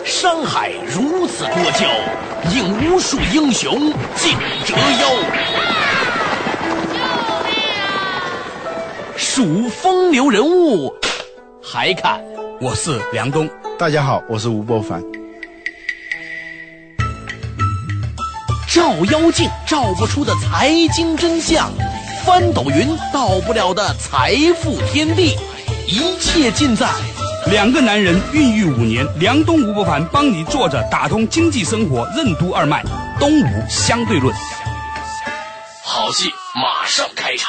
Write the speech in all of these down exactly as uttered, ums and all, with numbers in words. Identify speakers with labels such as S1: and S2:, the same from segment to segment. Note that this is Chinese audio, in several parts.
S1: 山海如此多娇，引无数英雄竞折腰。数风流人物，还看
S2: 我是梁冬。
S3: 大家好，我是吴伯凡。
S1: 照妖镜照不出的财经真相，翻斗云到不了的财富天地，一切尽在
S2: 两个男人孕育五年，梁冬吴伯凡帮你坐着打通经济生活任督二脉，东吴相对论。
S1: 好戏马上开场。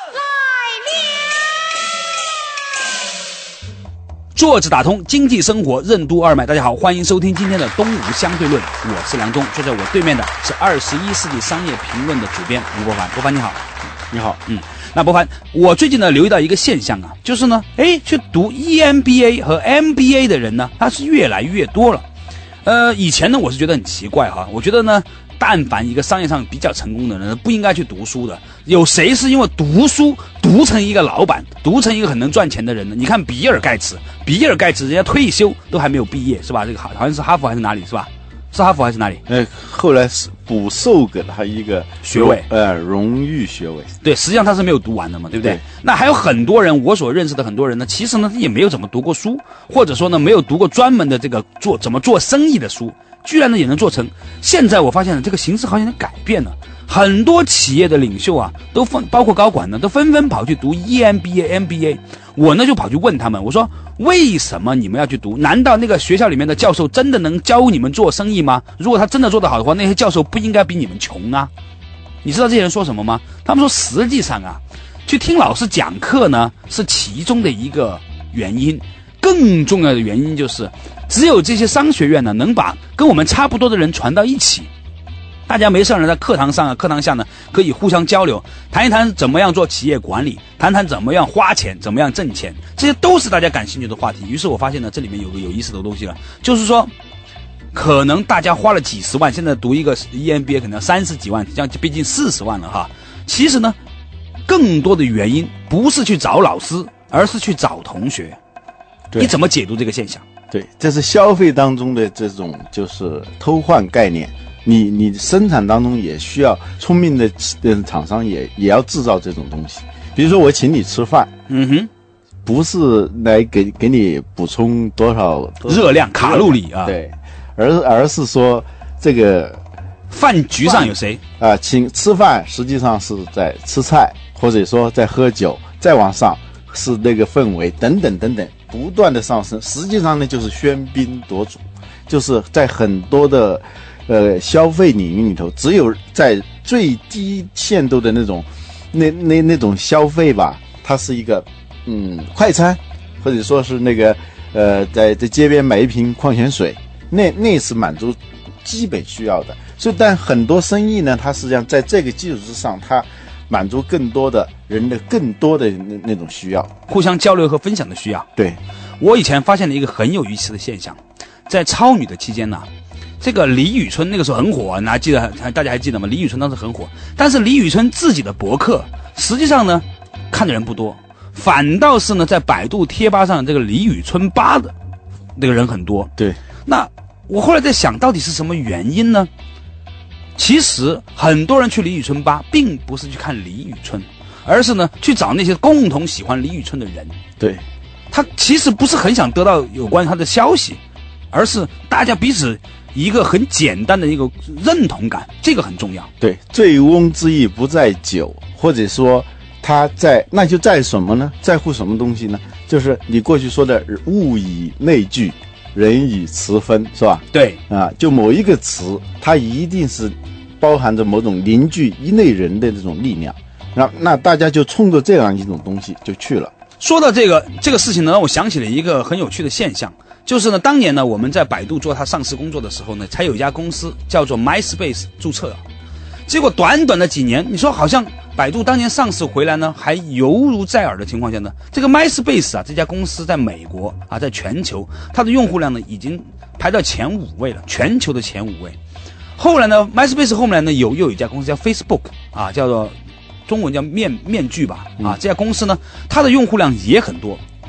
S2: 坐着打通经济生活任督二脉，大家好，欢迎收听今天的东吴相对论，我是梁冬，坐在我对面的是二十一世纪商业评论的主编吴伯凡。伯凡你好。
S3: 你好。
S2: 嗯，那伯凡，我最近呢留意到一个现象啊，就是呢，哎，去读 E M B A 和 M B A 的人呢，他是越来越多了。呃，以前呢我是觉得很奇怪哈，我觉得呢，但凡一个商业上比较成功的人，不应该去读书的。有谁是因为读书读成一个老板，读成一个很能赚钱的人呢？你看比尔盖茨，比尔盖茨人家退休都还没有毕业，是吧？这个好好像是哈佛还是哪里，是吧？是哈佛还是哪里？
S3: 呃，后来是补授给了他一个
S2: 学位，
S3: 呃，荣誉学位。
S2: 对，实际上他是没有读完的嘛，对不对？对。那还有很多人，我所认识的很多人呢，其实呢也没有怎么读过书，或者说呢没有读过专门的这个做怎么做生意的书，居然呢也能做成。现在我发现呢，这个形势好像改变了。很多企业的领袖啊，都分包括高管呢，都纷纷跑去读 E M B A、M B A。我呢就跑去问他们，我说为什么你们要去读？难道那个学校里面的教授真的能教你们做生意吗？如果他真的做得好的话，那些教授不应该比你们穷啊？你知道这些人说什么吗？他们说实际上啊，去听老师讲课呢是其中的一个原因，更重要的原因就是只有这些商学院呢能把跟我们差不多的人传到一起。大家没事呢，在课堂上啊、课堂下呢，可以互相交流，谈一谈怎么样做企业管理，谈谈怎么样花钱，怎么样挣钱，这些都是大家感兴趣的话题。于是我发现呢，这里面有个有意思的东西了，就是说，可能大家花了几十万，现在读一个 E M B A 可能要三十几万，这样毕竟四十万了哈。其实呢，更多的原因不是去找老师，而是去找同学。你怎么解读这个现象？
S3: 对，这是消费当中的这种就是偷换概念。你你生产当中也需要聪明的厂商也也要制造这种东西。比如说我请你吃饭，
S2: 嗯哼，
S3: 不是来给给你补充多少
S2: 热量卡路里啊，
S3: 对，而而是说这个
S2: 饭局上有谁
S3: 啊、呃，请吃饭实际上是在吃菜，或者说在喝酒，再往上是那个氛围等等等等不断的上升，实际上呢就是喧宾夺主，就是在很多的呃，消费领域里头，只有在最低限度的那种，那那那种消费吧，它是一个嗯快餐，或者说是那个呃，在在街边买一瓶矿泉水，那那是满足基本需要的。所以，但很多生意呢，它实际上在这个基础之上，它满足更多的人的更多的那那种需要，
S2: 互相交流和分享的需要。
S3: 对，
S2: 我以前发现了一个很有意思的现象，在超女的期间呢。这个李宇春那个时候很火，你还记得？大家还记得吗？李宇春当时很火，但是李宇春自己的博客实际上呢，看的人不多，反倒是呢，在百度贴吧上这个李宇春吧的那个人很多。
S3: 对，
S2: 那我后来在想到底是什么原因呢？其实很多人去李宇春吧，并不是去看李宇春，而是呢去找那些共同喜欢李宇春的人。
S3: 对，
S2: 他其实不是很想得到有关他的消息，而是大家彼此一个很简单的一个认同感，这个很重要。
S3: 对，醉翁之意不在酒，或者说他在那就在什么呢？在乎什么东西呢？就是你过去说的物以类聚，人以词分，是吧？
S2: 对
S3: 啊，就某一个词，它一定是包含着某种凝聚一类人的这种力量。那那大家就冲着这样一种东西就去了。
S2: 说到这个这个事情呢，让我想起了一个很有趣的现象。就是呢，当年呢，我们在百度做它上市工作的时候呢，才有一家公司叫做 MySpace 注册。结果短短的几年，你说好像百度当年上市回来呢，还犹如在耳的情况下呢，这个 MySpace 啊，这家公司在美国啊，在全球它的用户量呢，已经排到前五位了，全球的前五位。后来呢 ，MySpace 后面呢，有又有一家公司叫 Facebook 啊，叫做中文叫面面具吧啊，这家公司呢，它的用户量也很多。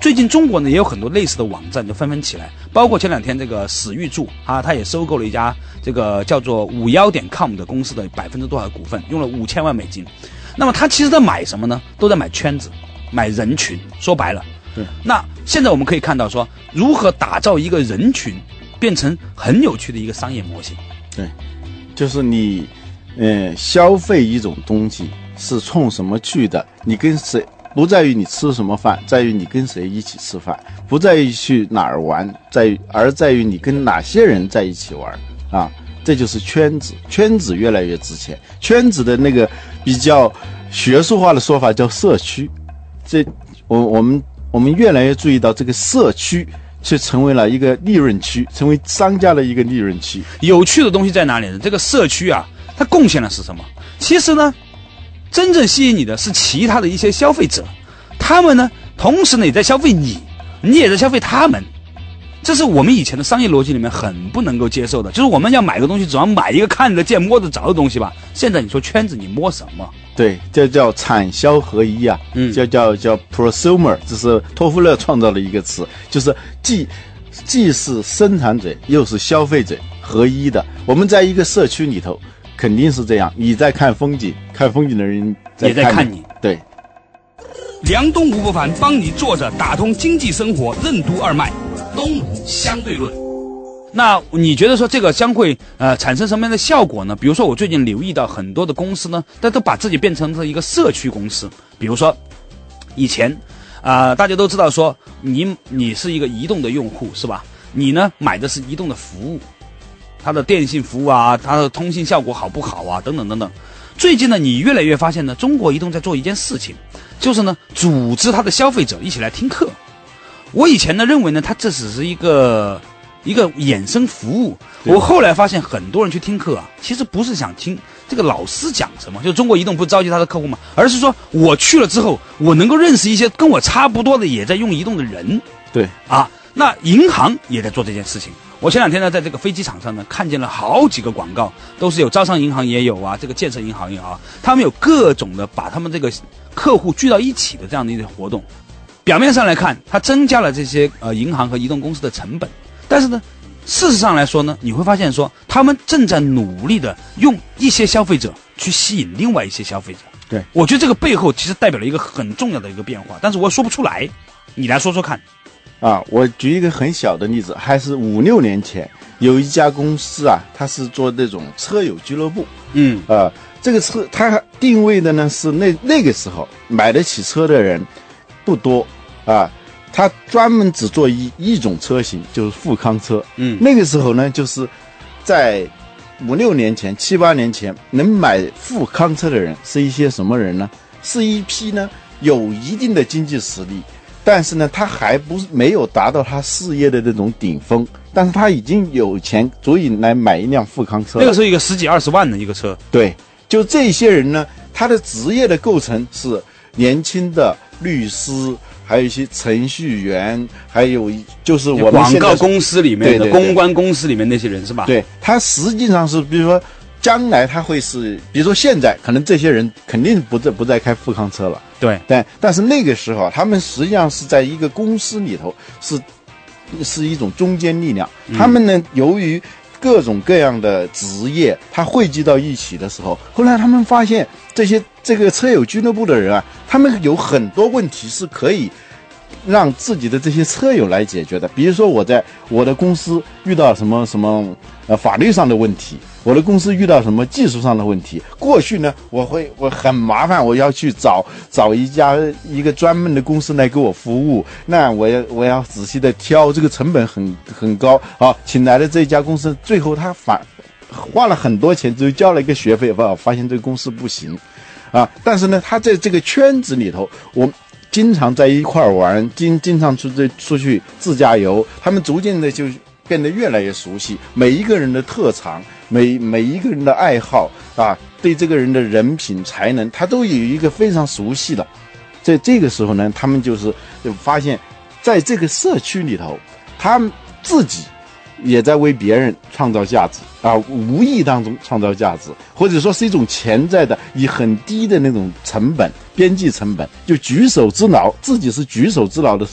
S2: 最近中国呢也有很多类似的网站就纷纷起来，包括前两天这个史玉柱啊，他也收购了一家这个叫做五幺点 com 的公司的百分之多少股份，用了五千万美金。那么他其实在买什么呢？都在买圈子，买人群。说白了，
S3: 对。
S2: 那现在我们可以看到说，如何打造一个人群，变成很有趣的一个商业模型。
S3: 对，就是你，呃，消费一种东西是冲什么去的？你跟谁？不在于你吃什么饭，在于你跟谁一起吃饭；不在于去哪儿玩，在于而在于你跟哪些人在一起玩啊！这就是圈子，圈子越来越值钱。圈子的那个比较学术化的说法叫社区。这我我们我们越来越注意到这个社区却成为了一个利润区，成为商家的一个利润区。
S2: 有趣的东西在哪里呢？这个社区啊，它贡献的是什么？其实呢，真正吸引你的是其他的一些消费者，他们呢，同时呢也在消费你，你也在消费他们。这是我们以前的商业逻辑里面很不能够接受的，就是我们要买个东西，只要买一个看得见、摸得着的东西吧。现在你说圈子，你摸什么？
S3: 对，这叫产销合一啊，
S2: 嗯，
S3: 叫叫叫 prosumer， 这是托夫勒创造的一个词，就是既既是生产者又是消费者合一的。我们在一个社区里头，肯定是这样，你在看风景，看风景的人在
S2: 也在看你。
S3: 对。
S1: 梁东吴伯凡帮你坐着打通经济生活任督二脉，东吴相对论。
S2: 那你觉得说这个将会呃产生什么样的效果呢？比如说我最近留意到很多的公司呢，它都把自己变成了一个社区公司。比如说以前啊、呃，大家都知道说你你是一个移动的用户是吧？你呢买的是移动的服务，它的电信服务啊，它的通信效果好不好啊，等等等等。最近呢，你越来越发现呢，中国移动在做一件事情，就是呢，组织它的消费者一起来听课。我以前呢认为呢，它这只是一个一个衍生服务。我后来发现，很多人去听课啊，其实不是想听这个老师讲什么，就中国移动不是召集他的客户吗？而是说我去了之后，我能够认识一些跟我差不多的也在用移动的人。
S3: 对
S2: 啊，那银行也在做这件事情。我前两天呢，在这个飞机场上呢，看见了好几个广告，都是有招商银行也有啊，这个建设银行也有啊，他们有各种的把他们这个客户聚到一起的这样的一些活动。表面上来看，它增加了这些呃银行和移动公司的成本，但是呢，事实上来说呢，你会发现说，他们正在努力的用一些消费者去吸引另外一些消费者。
S3: 对，
S2: 我觉得这个背后其实代表了一个很重要的一个变化，但是我说不出来，你来说说看。
S3: 啊，我举一个很小的例子，还是五六年前有一家公司啊，它是做那种车友俱乐部。
S2: 嗯，
S3: 呃，这个车它定位的呢是那那个时候买得起车的人不多啊，它专门只做一一种车型，就是富康车。
S2: 嗯，
S3: 那个时候呢，就是在五六年前、七八年前，能买富康车的人是一些什么人呢？是一批呢有一定的经济实力。但是呢，他还不是没有达到他事业的那种顶峰，但是他已经有钱足以来买一辆富康车。
S2: 那个时候一个十几二十万的一个车。
S3: 对，就这些人呢，他的职业的构成是年轻的律师，还有一些程序员，还有就是我们
S2: 广告公司里面的公关公司里面那些人是吧？
S3: 对，他实际上是比如说将来他会是，比如说现在可能这些人肯定不再不再开富康车了。
S2: 对，
S3: 但但是那个时候，他们实际上是在一个公司里头，是是一种中坚力量。
S2: 嗯、
S3: 他们呢，由于各种各样的职业，他汇集到一起的时候，后来他们发现这些这个车友俱乐部的人啊，他们有很多问题是可以让自己的这些车友来解决的。比如说，我在我的公司遇到什么什么呃法律上的问题。我的公司遇到什么技术上的问题，过去呢，我会我很麻烦，我要去找找一家一个专门的公司来给我服务，那我要我要仔细的挑，这个成本很很高啊。请来的这家公司，最后他反花了很多钱，只有交了一个学费，吧，发现这个公司不行啊。但是呢，他在这个圈子里头，我经常在一块玩，经经常出去出去自驾游，他们逐渐的就变得越来越熟悉，每一个人的特长，每每一个人的爱好啊，对这个人的人品才能，他都有一个非常熟悉的。在这个时候呢，他们就是就发现，在这个社区里头，他们自己也在为别人创造价值啊，无意当中创造价值，或者说是一种潜在的以很低的那种成本边际成本，就举手之劳，自己是举手之劳的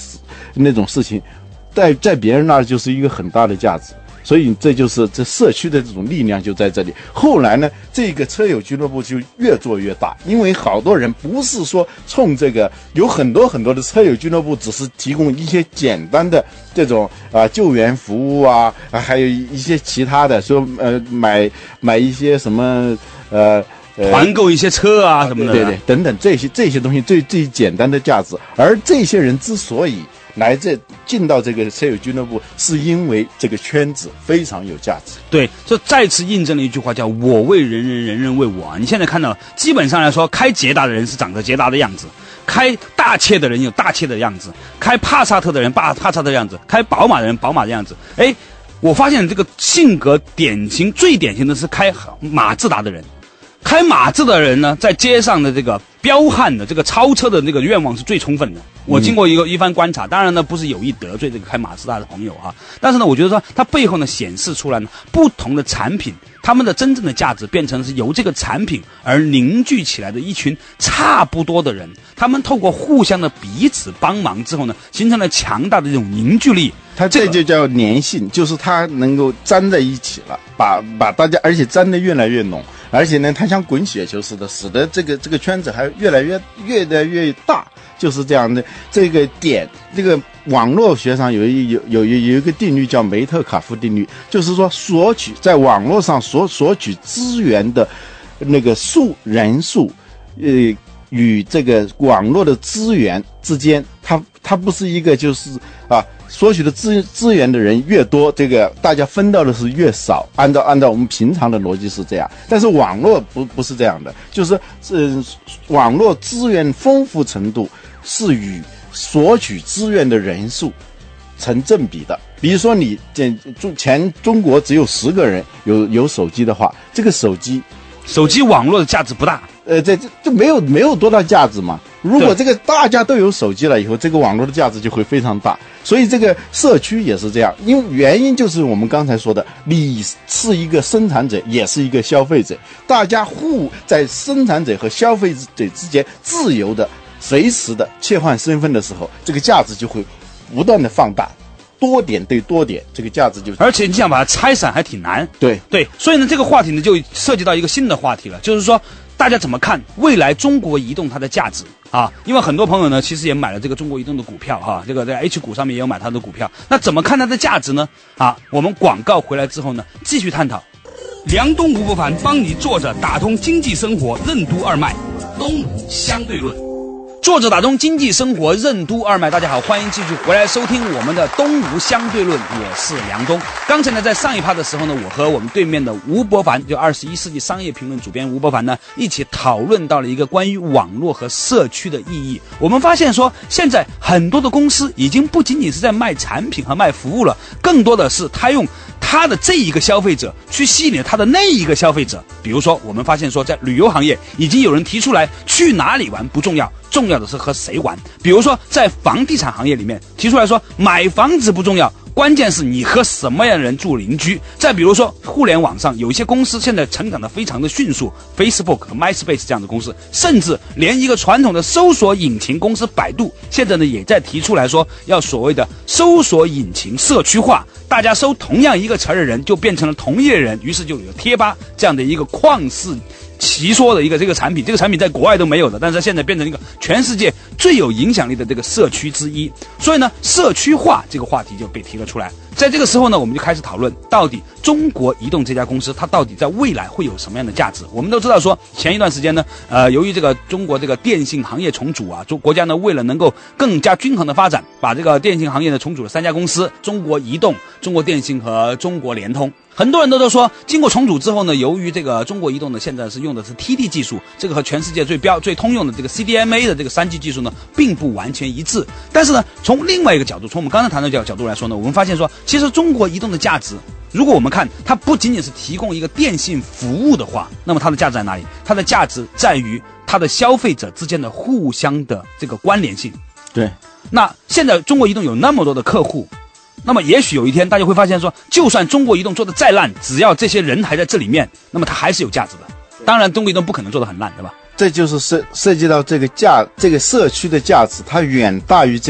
S3: 那种事情，在在别人那儿就是一个很大的价值。所以这就是这社区的这种力量就在这里。后来呢，这个车友俱乐部就越做越大，因为好多人不是说冲这个，有很多很多的车友俱乐部只是提供一些简单的这种啊、呃、救援服务啊，啊还有一些其他的，说呃买买一些什么呃。
S2: 团购一些车啊什么的，
S3: 对对对，等等这些这些东西最最简单的价值。而这些人之所以来这进到这个车友俱乐部，是因为这个圈子非常有价值。
S2: 对，这再次印证了一句话，叫我为人人，人人为我。你现在看到，基本上来说，开捷达的人是长得捷达的样子，开大切的人有大切的样子，开帕萨特的人帕帕萨特的样子，开宝马的人宝马的样子。哎，我发现这个性格典型最典型的是开马自达的人。开马自的人呢，在街上的这个彪悍的这个超车的这个愿望是最充分的。我经过一个一番观察，当然呢不是有意得罪这个开马自达的朋友哈，但是呢，我觉得说它背后呢显示出来呢，不同的产品，他们的真正的价值变成是由这个产品而凝聚起来的一群差不多的人，他们透过互相的彼此帮忙之后呢，形成了强大的这种凝聚力。
S3: 它这就叫粘性，就是它能够粘在一起了，把把大家，而且粘得越来越浓。而且呢，它像滚雪球似的，使得这个这个圈子还越来越越来越大，就是这样的。这个点，这个网络学上有一有有有有一个定律叫梅特卡夫定律，就是说索取在网络上所索取资源的那个数人数，呃，与这个网络的资源之间，它它不是一个就是啊。索取的资资源的人越多，这个大家分到的是越少。按照按照我们平常的逻辑是这样，但是网络不不是这样的，就是呃，网络资源丰富程度是与索取资源的人数成正比的。比如说你前中国只有十个人有有手机的话，这个手机
S2: 手机网络的价值不大。
S3: 呃，这这这没有没有多大价值嘛。如果这个大家都有手机了以后，这个网络的价值就会非常大。所以这个社区也是这样，因为原因就是我们刚才说的，你是一个生产者，也是一个消费者，大家互在生产者和消费者之间自由的、随时的切换身份的时候，这个价值就会不断的放大。多点对多点，这个价值就，
S2: 而且你想把它拆散还挺难。
S3: 对
S2: 对，所以呢，这个话题呢就涉及到一个新的话题了，就是说大家怎么看未来中国移动它的价值啊？因为很多朋友呢其实也买了这个中国移动的股票哈、啊，这个在 H 股上面也有买它的股票，那怎么看它的价值呢？啊，我们广告回来之后呢，继续探讨。梁东吴伯凡帮你坐着打通经济生活任督二脉，东吴相对论。作者打通经济生活任督二脉，大家好，欢迎继续回来收听我们的东吴相对论，我是梁东。刚才呢，在上一趴的时候呢，我和我们对面的吴伯凡，就二十一世纪商业评论主编吴伯凡呢，一起讨论到了一个关于网络和社区的意义。我们发现说，现在很多的公司已经不仅仅是在卖产品和卖服务了，更多的是他用他的这一个消费者去吸引他的那一个消费者。比如说，我们发现说，在旅游行业已经有人提出来，去哪里玩不重要，重要的是和谁玩。比如说在房地产行业里面提出来说，买房子不重要，关键是你和什么样的人住邻居。再比如说互联网上有一些公司现在成长的非常的迅速， Facebook 和 MySpace 这样的公司，甚至连一个传统的搜索引擎公司百度现在呢也在提出来说，要所谓的搜索引擎社区化，大家搜同样一个词儿的人就变成了同一类人，于是就有贴吧这样的一个旷世奇说的一个这个产品，这个产品在国外都没有的，但是现在变成一个全世界最有影响力的这个社区之一。所以呢，社区化这个话题就被提了出来。在这个时候呢，我们就开始讨论，到底中国移动这家公司它到底在未来会有什么样的价值。我们都知道说，前一段时间呢，呃，由于这个中国这个电信行业重组啊，中国家呢为了能够更加均衡的发展，把这个电信行业呢重组了三家公司：中国移动、中国电信和中国联通。很多人都都说，经过重组之后呢，由于这个中国移动呢现在是用的是 T D 技术，这个和全世界最标最通用的这个 C D M A 的这个 三 G 技术呢并不完全一致。但是呢，从另外一个角度，从我们刚才谈的这个角度来说呢，我们发现说，其实中国移动的价值，如果我们看它不仅仅是提供一个电信服务的话，那么它的价值在哪里？它的价值在于它的消费者之间的互相的这个关联性。
S3: 对，
S2: 那现在中国移动有那么多的客户，那么也许有一天大家会发现说，就算中国移动做的再烂，只要这些人还在这里面，那么它还是有价值的。当然中国移动不可能做得很烂，对吧？
S3: 这就是涉涉及到这个价这个社区的价值，它远大于这个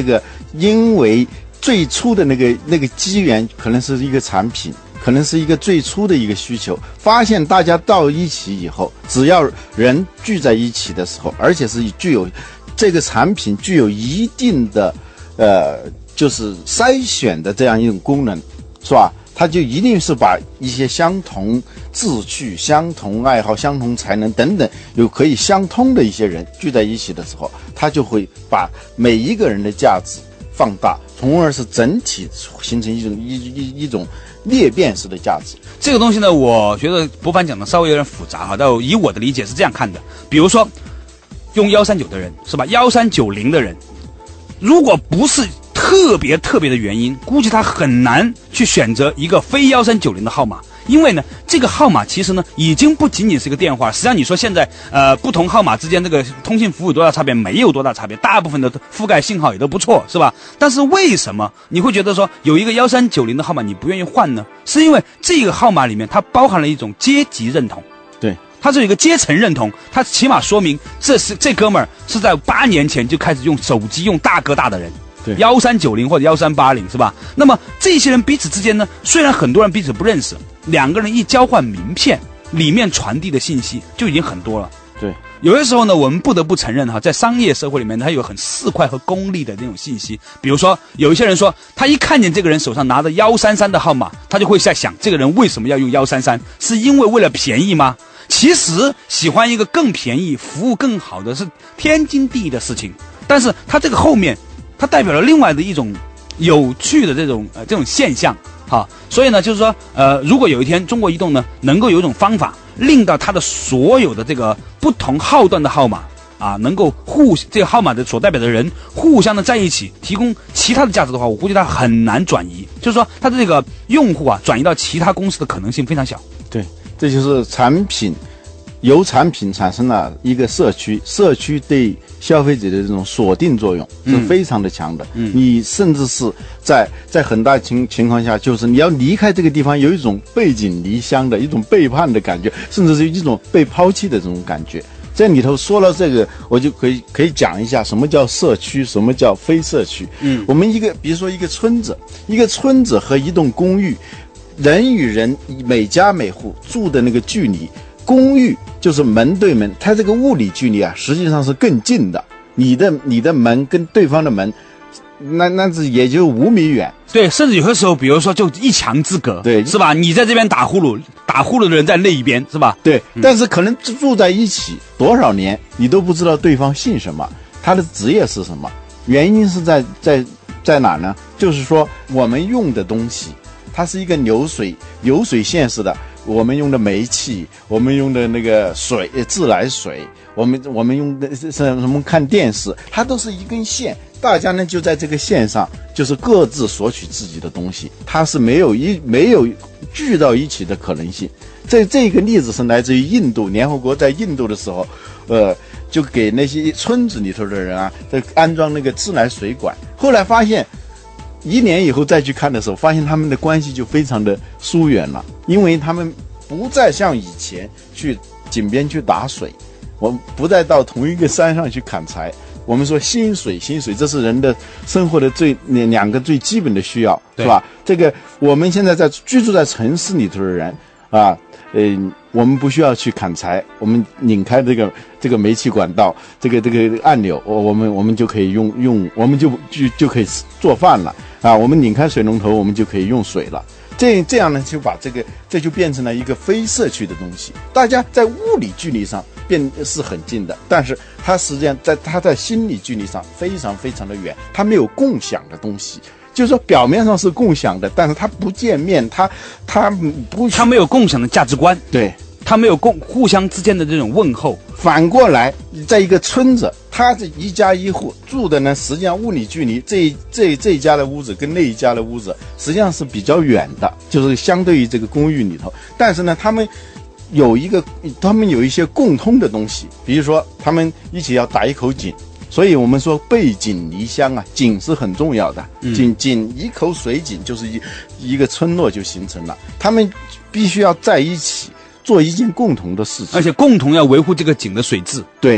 S3: 因为最初的那个那个机缘可能是一个产品，可能是一个最初的一个需求，发现大家到一起以后，只要人聚在一起的时候，而且是具有这个产品具有一定的呃就是筛选的这样一种功能，是吧？他就一定是把一些相同志趣、相同爱好、相同才能等等有可以相通的一些人聚在一起的时候，他就会把每一个人的价值放大，从而是整体形成一种一一一种裂变式的价值。
S2: 这个东西呢，我觉得博凡讲的稍微有点复杂哈，但以我的理解是这样看的。比如说，用幺三九的人是吧？幺三九零的人，如果不是特别特别的原因，估计他很难去选择一个非幺三九零的号码。因为呢，这个号码其实呢，已经不仅仅是一个电话。实际上，你说现在呃不同号码之间这个通信服务有多大差别？没有多大差别，大部分的覆盖信号也都不错，是吧？但是为什么你会觉得说有一个幺三九零的号码你不愿意换呢？是因为这个号码里面它包含了一种阶级认同。
S3: 对，
S2: 它是有一个阶层认同，它起码说明这是这哥们儿是在八年前就开始用手机用大哥大的人。
S3: 对，
S2: 幺三九零或者幺三八零是吧？那么这些人彼此之间呢，虽然很多人彼此不认识，两个人一交换名片，里面传递的信息就已经很多了。
S3: 对，
S2: 有些时候呢，我们不得不承认哈，在商业社会里面，它有很市侩和功利的那种信息。比如说，有一些人说，他一看见这个人手上拿着幺三三的号码，他就会在想，这个人为什么要用幺三三？是因为为了便宜吗？其实喜欢一个更便宜、服务更好的是天经地义的事情，但是他这个后面，它代表了另外的一种有趣的这种呃这种现象，哈，所以呢，就是说，呃，如果有一天中国移动呢能够有一种方法，令到它的所有的这个不同号段的号码啊，能够互这个号码的所代表的人互相的在一起，提供其他的价值的话，我估计它很难转移，就是说它的这个用户啊转移到其他公司的可能性非常小。
S3: 对，这就是产品。由产品产生了一个社区，社区对消费者的这种锁定作用是非常的强的。嗯，你甚至是在在很大情情况下，就是你要离开这个地方，有一种背井离乡的一种背叛的感觉，甚至是一种被抛弃的这种感觉。这里头说了这个，我就可以可以讲一下什么叫社区，什么叫非社区。嗯，我们一个比如说一个村子，一个村子和一栋公寓，人与人每家每户住的那个距离。公寓就是门对门，它这个物理距离啊，实际上是更近的。你的你的门跟对方的门，那那是也就五米远。
S2: 对，甚至有的时候，比如说就一墙之隔，
S3: 对，
S2: 是吧？你在这边打呼噜，打呼噜的人在那一边，是吧？
S3: 对，嗯、但是可能住在一起多少年，你都不知道对方姓什么，他的职业是什么。原因是在在在哪呢？就是说我们用的东西，它是一个流水流水线式的。我们用的煤气，我们用的那个水，自来水，我们我们用的是什么看电视，它都是一根线，大家呢就在这个线上，就是各自索取自己的东西，它是没有一没有聚到一起的可能性。这这个例子是来自于印度，联合国在印度的时候，呃，就给那些村子里头的人啊，在安装那个自来水管，后来发现。一年以后再去看的时候，发现他们的关系就非常的疏远了，因为他们不再像以前去井边去打水，我们不再到同一个山上去砍柴。我们说薪水，薪水，这是人的生活的最两个最基本的需要，是吧？这个我们现在在居住在城市里头的人啊，嗯、呃，我们不需要去砍柴，我们拧开这个这个煤气管道，这个这个按钮，我我们我们就可以用用，我们就就就可以做饭了啊！我们拧开水龙头，我们就可以用水了。这这样呢，就把这个这就变成了一个非社区的东西。大家在物理距离上变是很近的，但是它实际上在它在心理距离上非常非常的远，它没有共享的东西。就是说，表面上是共享的，但是它不见面，它它不，
S2: 它没有共享的价值观，
S3: 对，
S2: 它没有共互相之间的这种问候。
S3: 反过来，在一个村子，他这一家一户住的呢，实际上物理距离这这这一家的屋子跟那一家的屋子实际上是比较远的，就是相对于这个公寓里头。但是呢，他们有一个，他们有一些共通的东西，比如说他们一起要打一口井。所以我们说背井离乡啊，井是很重要的。井井一口水井就是一一个村落就形成了，他们必须要在一起做一件共同的事情，
S2: 而且共同要维护这个井的水质。
S3: 对，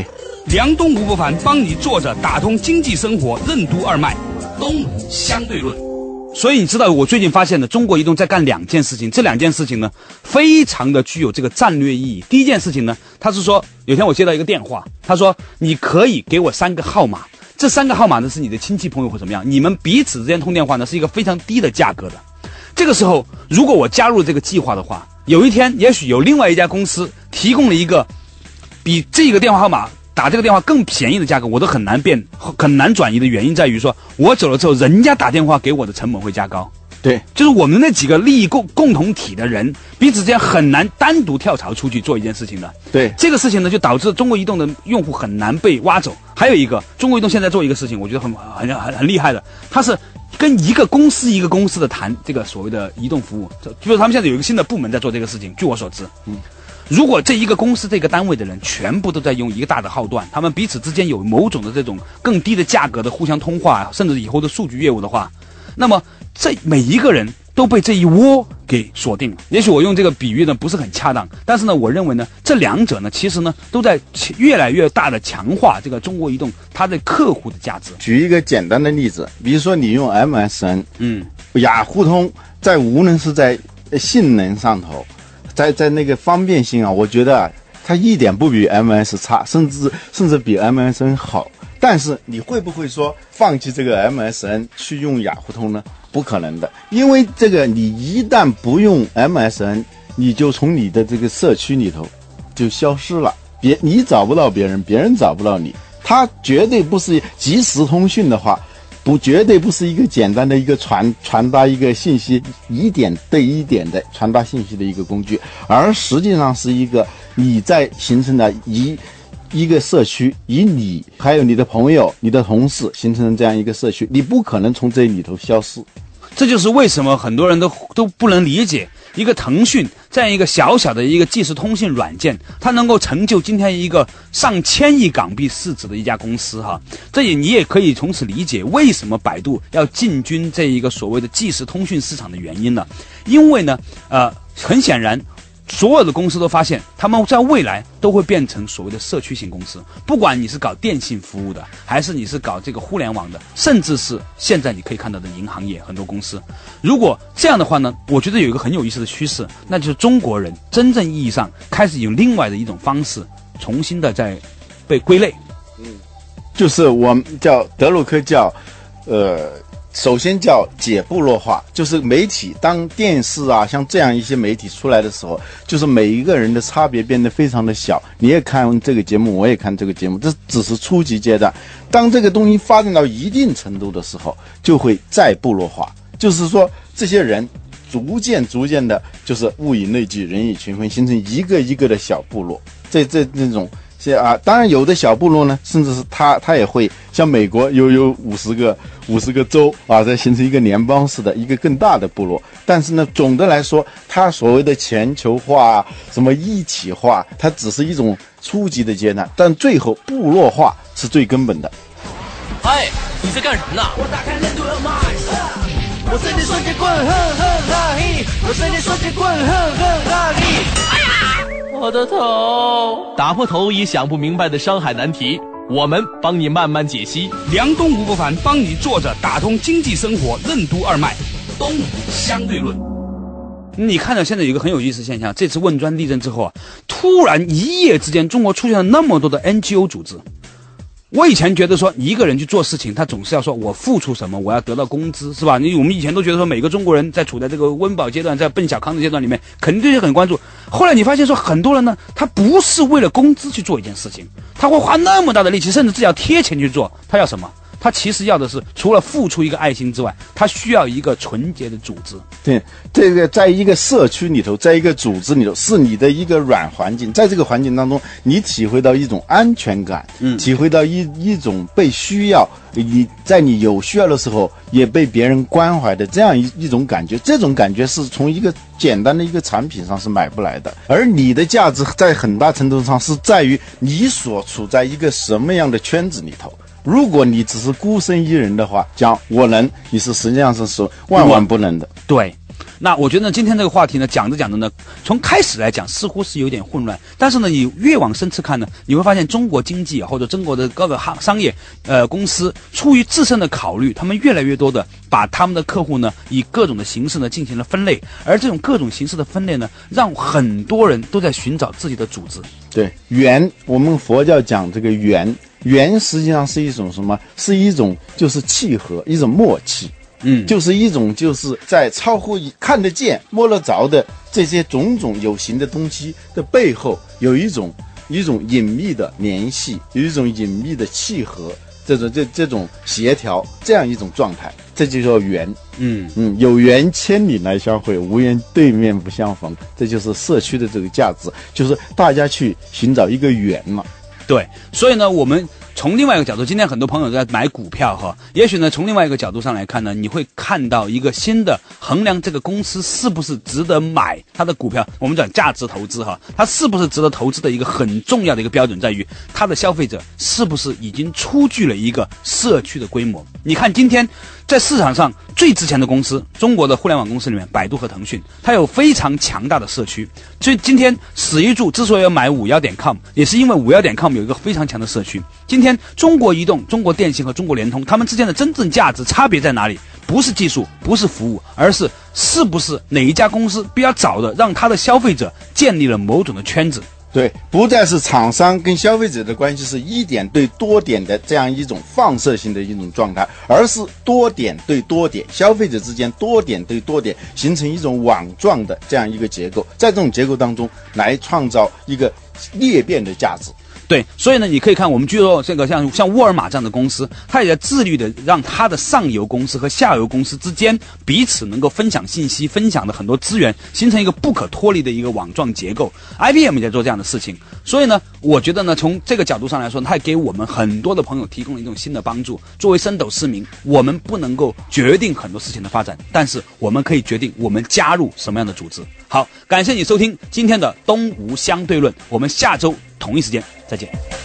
S2: 梁东吴不凡帮你坐着打通经济生活任督二脉，东吴相对论。所以你知道我最近发现的，中国移动在干两件事情，这两件事情呢非常的具有这个战略意义。第一件事情呢，他是说有天我接到一个电话，他说你可以给我三个号码，这三个号码呢是你的亲戚朋友或怎么样，你们彼此之间通电话呢是一个非常低的价格的。这个时候如果我加入这个计划的话，有一天也许有另外一家公司提供了一个比这个电话号码打这个电话更便宜的价格，我都很难变很难转移的原因在于说，我走了之后人家打电话给我的成本会加高。
S3: 对，
S2: 就是我们那几个利益共共同体的人彼此之间很难单独跳槽出去做一件事情的。
S3: 对，
S2: 这个事情呢就导致中国移动的用户很难被挖走。还有一个，中国移动现在做一个事情我觉得很很很很厉害的，它是跟一个公司一个公司的谈这个所谓的移动服务，就是他们现在有一个新的部门在做这个事情。据我所知，嗯，如果这一个公司这个单位的人全部都在用一个大的号段，他们彼此之间有某种的这种更低的价格的互相通话，甚至以后的数据业务的话，那么这每一个人都被这一窝给锁定了。也许我用这个比喻呢不是很恰当，但是呢我认为呢这两者呢其实呢都在越来越大的强化这个中国移动它的客户的价值。
S3: 举一个简单的例子，比如说你用 M S N，
S2: 嗯，
S3: 雅互通在无论是在性能上头，在在那个方便性啊，我觉得啊它一点不比 M S 差，甚至甚至比 M S N 好。但是你会不会说放弃这个 M S N 去用雅互通呢？不可能的，因为这个你一旦不用 M S N， 你就从你的这个社区里头就消失了，别你找不到别人，别人找不到你。它绝对不是即时通讯的话，不绝对不是一个简单的一个传传达一个信息一点对一点的传达信息的一个工具，而实际上是一个你在形成的一一个社区，以你还有你的朋友你的同事形成这样一个社区，你不可能从这里头消失。
S2: 这就是为什么很多人都都不能理解一个腾讯这样一个小小的一个即时通信软件，它能够成就今天一个上千亿港币市值的一家公司哈。这也你也可以从此理解为什么百度要进军这一个所谓的即时通讯市场的原因了。因为呢，呃，很显然。所有的公司都发现，他们在未来都会变成所谓的社区型公司。不管你是搞电信服务的，还是你是搞这个互联网的，甚至是现在你可以看到的银行业很多公司。如果这样的话呢，我觉得有一个很有意思的趋势，那就是中国人真正意义上开始用另外的一种方式，重新的在被归类。
S3: 嗯，就是我们叫德鲁克叫，呃。首先叫解部落化，就是媒体当电视啊像这样一些媒体出来的时候，就是每一个人的差别变得非常的小，你也看这个节目我也看这个节目，这只是初级阶段。当这个东西发展到一定程度的时候，就会再部落化，就是说这些人逐渐逐渐的就是物以类聚，人以群分，形成一个一个的小部落。这这这种啊，当然有的小部落呢，甚至是他他也会像美国有有五十个五十个州啊，再形成一个联邦式的一个更大的部落。但是呢，总的来说，它所谓的全球化、什么一体化，它只是一种初级的阶段，但最后部落化是最根本的。
S1: 哎，你在干什么呢？我打开任督二脉，我瞬间瞬间棍，哼哼哈嘿，我瞬间瞬间棍，哼哼哈嘿。哎呀！我的头，打破头也想不明白的商海难题，我们帮你慢慢解析。
S2: 梁东吴不凡帮你坐着打通经济生活任督二脉，东吴相对论。你看到现在有一个很有意思的现象，这次汶川地震之后啊，突然一夜之间中国出现了那么多的 N G O 组织。我以前觉得说一个人去做事情，他总是要说我付出什么，我要得到工资，是吧？你我们以前都觉得说每个中国人在处在这个温饱阶段，在奔小康的阶段里面，肯定对这很关注。后来你发现说很多人呢，他不是为了工资去做一件事情，他会花那么大的力气，甚至自己要贴钱去做，他要什么？他其实要的是除了付出一个爱心之外，他需要一个纯洁的组织。
S3: 对，这个在一个社区里头，在一个组织里头，是你的一个软环境，在这个环境当中，你体会到一种安全感，嗯，体会到一一种被需要，你在你有需要的时候也被别人关怀的这样一一种感觉。这种感觉是从一个简单的一个产品上是买不来的，而你的价值在很大程度上是在于你所处在一个什么样的圈子里头。如果你只是孤身一人的话，讲我能，你是实际上是说万万不能的。
S2: 对， 那我觉得呢，今天这个话题呢，讲着讲着呢，从开始来讲似乎是有点混乱，但是呢，你越往深次看呢，你会发现中国经济啊，或者中国的各个行商业呃公司，出于自身的考虑，他们越来越多的把他们的客户呢，以各种的形式呢进行了分类，而这种各种形式的分类呢，让很多人都在寻找自己的组织。
S3: 对，缘，我们佛教讲这个缘，缘实际上是一种什么？是一种就是契合，一种默契。嗯，就是一种就是在超乎看得见摸得着的这些种种有形的东西的背后，有一种一种隐秘的联系，有一种隐秘的契合，这种这这种协调，这样一种状态，这就叫缘。嗯嗯，有缘千里来相会，无缘对面不相逢，这就是社区的这个价值，就是大家去寻找一个缘嘛。
S2: 对，所以呢，我们从另外一个角度，今天很多朋友在买股票哈，也许呢，从另外一个角度上来看呢，你会看到一个新的衡量这个公司是不是值得买它的股票，我们讲价值投资哈，它是不是值得投资的一个很重要的一个标准在于它的消费者是不是已经出具了一个社区的规模。你看今天在市场上最值钱的公司，中国的互联网公司里面，百度和腾讯，它有非常强大的社区。所以今天史玉柱之所以要买五幺点 com， 也是因为五幺点 com 有一个非常强的社区。今天中国移动、中国电信和中国联通，他们之间的真正价值差别在哪里？不是技术，不是服务，而是是不是哪一家公司比较早的让他的消费者建立了某种的圈子。
S3: 对，不再是厂商跟消费者的关系是一点对多点的这样一种放射性的一种状态，而是多点对多点，消费者之间多点对多点形成一种网状的这样一个结构，在这种结构当中来创造一个裂变的价值。
S2: 对，所以呢，你可以看我们据说这个像像沃尔玛这样的公司，它也在自律的让它的上游公司和下游公司之间彼此能够分享信息，分享的很多资源，形成一个不可脱离的一个网状结构。I B M 也在做这样的事情，所以呢，我觉得呢，从这个角度上来说，它也给我们很多的朋友提供了一种新的帮助。作为升斗市民，我们不能够决定很多事情的发展，但是我们可以决定我们加入什么样的组织。好，感谢你收听今天的东吴相对论，我们下周同一时间再见。